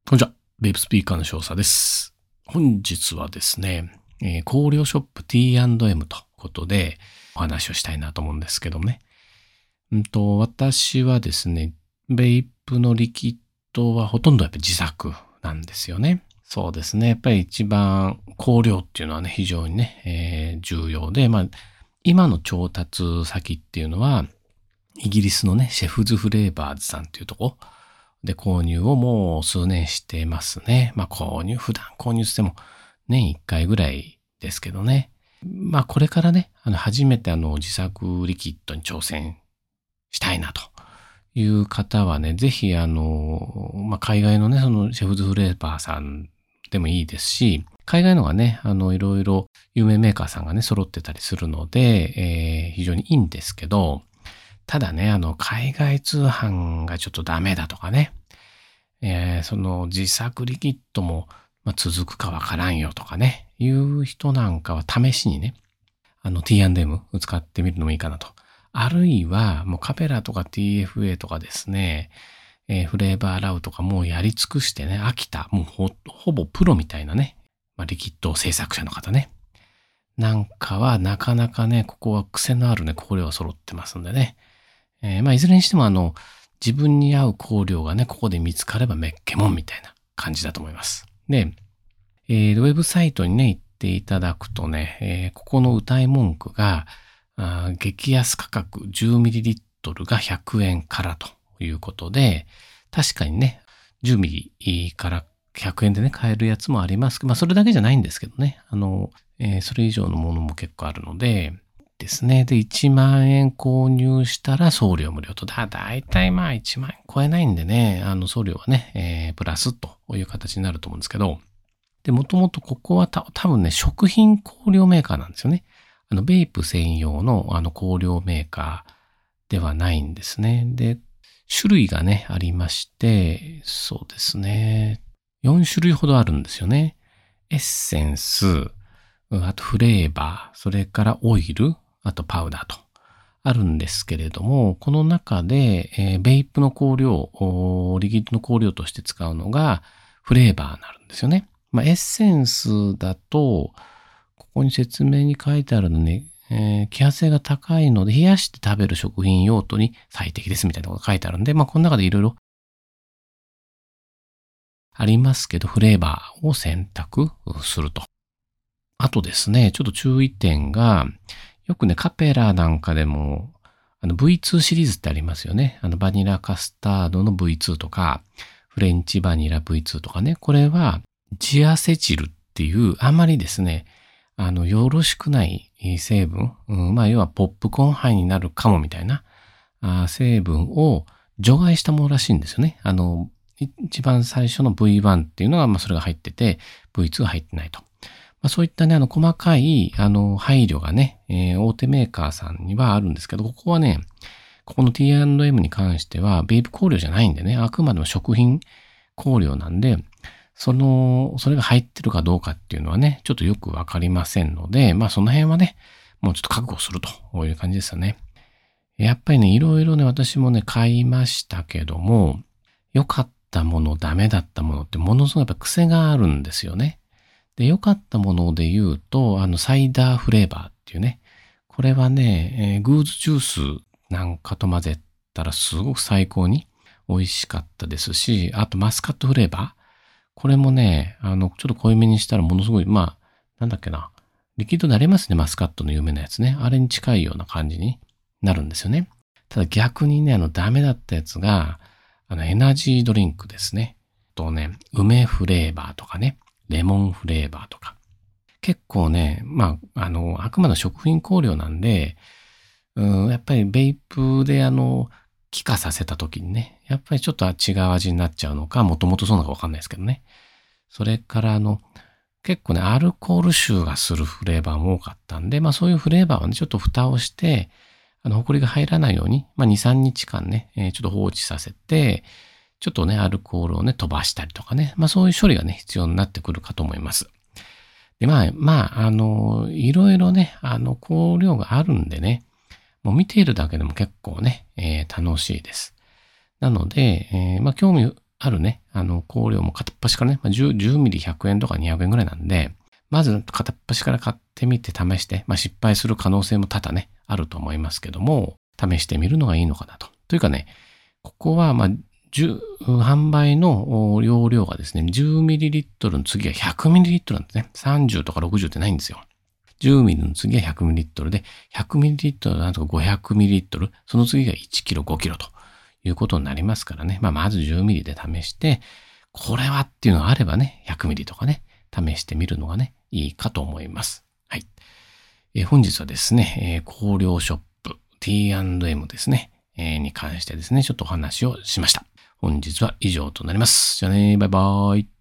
こんにちは。ベープスピーカーの少佐です。本日はですね、香料ショップ T&M ということでお話をしたいなと思うんですけどもね。私はですね、ベイプのリキッドはほとんどやっぱり自作なんですよね。そうですね。やっぱり一番香料っていうのはね、非常にね、重要で、今の調達先っていうのは、イギリスのね、シェフズフレーバーズさんっていうとこで購入をもう数年してますね。普段購入しても年1回ぐらいですけどね。これからね、初めて自作リキッドに挑戦したいなという方はね、ぜひ海外のね、そのシェフズフレーバーさんでもいいですし、海外のがね、いろいろ有名メーカーさんがね、揃ってたりするので、非常にいいんですけど、ただね、海外通販がちょっとダメだとかね、その自作リキッドも、続くかわからんよとかね、いう人なんかは試しにね、T&M を使ってみるのもいいかなと。あるいは、もうカペラとか TFA とかですね、フレーバーラウとかもうやり尽くしてね、飽きた、もうほぼプロみたいなね、リキッド制作者の方ね、なんかはなかなかね、ここは癖のあるね、香料が揃ってますんでね。いずれにしても自分に合う香料がね、ここで見つかればメッケモンみたいな感じだと思います。で、ウェブサイトにね、行っていただくとね、ここの歌い文句が、激安価格 10ml が100円からということで、確かにね、10ml から100円でね、買えるやつもあります。それだけじゃないんですけどね。それ以上のものも結構あるので、ですね。で、1万円購入したら送料無料と。だいたい1万円超えないんでね、送料はね、プラスという形になると思うんですけど、で、もともとここは多分ね、食品香料メーカーなんですよね。ベイプ専用の香料メーカーではないんですね。で、種類がね、ありまして、そうですね。4種類ほどあるんですよね。エッセンス、あとフレーバー、それからオイル、あとパウダーとあるんですけれども、この中で、ベイプの香料、リキッドの香料として使うのがフレーバーになるんですよね。エッセンスだと、ここに説明に書いてあるのね、揮発性が高いので冷やして食べる食品用途に最適ですみたいなことが書いてあるんで、この中でいろいろありますけど、フレーバーを選択すると。あとですね、ちょっと注意点が、よくね、カペラなんかでも、V2 シリーズってありますよね。バニラカスタードの V2 とか、フレンチバニラ V2 とかね。これは、ジアセチルっていう、あまりですね、よろしくない成分、要はポップコーンハイになるかもみたいな、成分を除外したものらしいんですよね。一番最初の V1 っていうのが、それが入ってて、V2 が入ってないと。そういったね、細かい、配慮がね、大手メーカーさんにはあるんですけど、ここはね、ここの T&M に関しては、ベイプ香料じゃないんでね、あくまでも食品香料なんで、それが入ってるかどうかっていうのはね、ちょっとよくわかりませんので、その辺はね、もうちょっと覚悟するという感じですよね。やっぱりね、いろいろね、私もね、買いましたけども、良かったもの、ダメだったものってものすごいやっぱ癖があるんですよね。で、良かったもので言うと、サイダーフレーバーっていうね、これはね、グーズジュースなんかと混ぜたらすごく最高に美味しかったですし、あとマスカットフレーバー。これもね、ちょっと濃いめにしたらものすごい、なんだっけな。リキッドでありますね、マスカットの有名なやつね。あれに近いような感じになるんですよね。ただ逆にね、ダメだったやつが、エナジードリンクですね。梅フレーバーとかね。レモンフレーバーとか。結構ね、あくまで食品香料なんで、やっぱりベイプで気化させた時にね、やっぱりちょっと違う味になっちゃうのか、もともとそうなのかわかんないですけどね。それから結構ね、アルコール臭がするフレーバーも多かったんで、そういうフレーバーはね、ちょっと蓋をして、ホコリが入らないように、2、3日間ね、ちょっと放置させて、ちょっとね、アルコールをね、飛ばしたりとかね。そういう処理がね、必要になってくるかと思います。で、いろいろね、香料があるんでね、もう見ているだけでも結構ね、楽しいです。なので、興味あるね、香料も片っ端からね、10ミリ100円とか200円ぐらいなんで、まず片っ端から買ってみて試して、失敗する可能性も多々ね、あると思いますけども、試してみるのがいいのかなと。というかね、ここは、販売の容量がですね、10ml の次は 100ml なんですね。30とか60ってないんですよ。10ml の次は 100ml で、100ml のなんとか 500ml、その次が 1kg、5kg ということになりますからね。まず 10ml で試して、これはっていうのがあればね、100ml とかね、試してみるのがね、いいかと思います。はい。本日はですね、香料ショップ T&M ですね、に関してですね、ちょっとお話をしました。本日は以上となります。じゃあね、バイバーイ。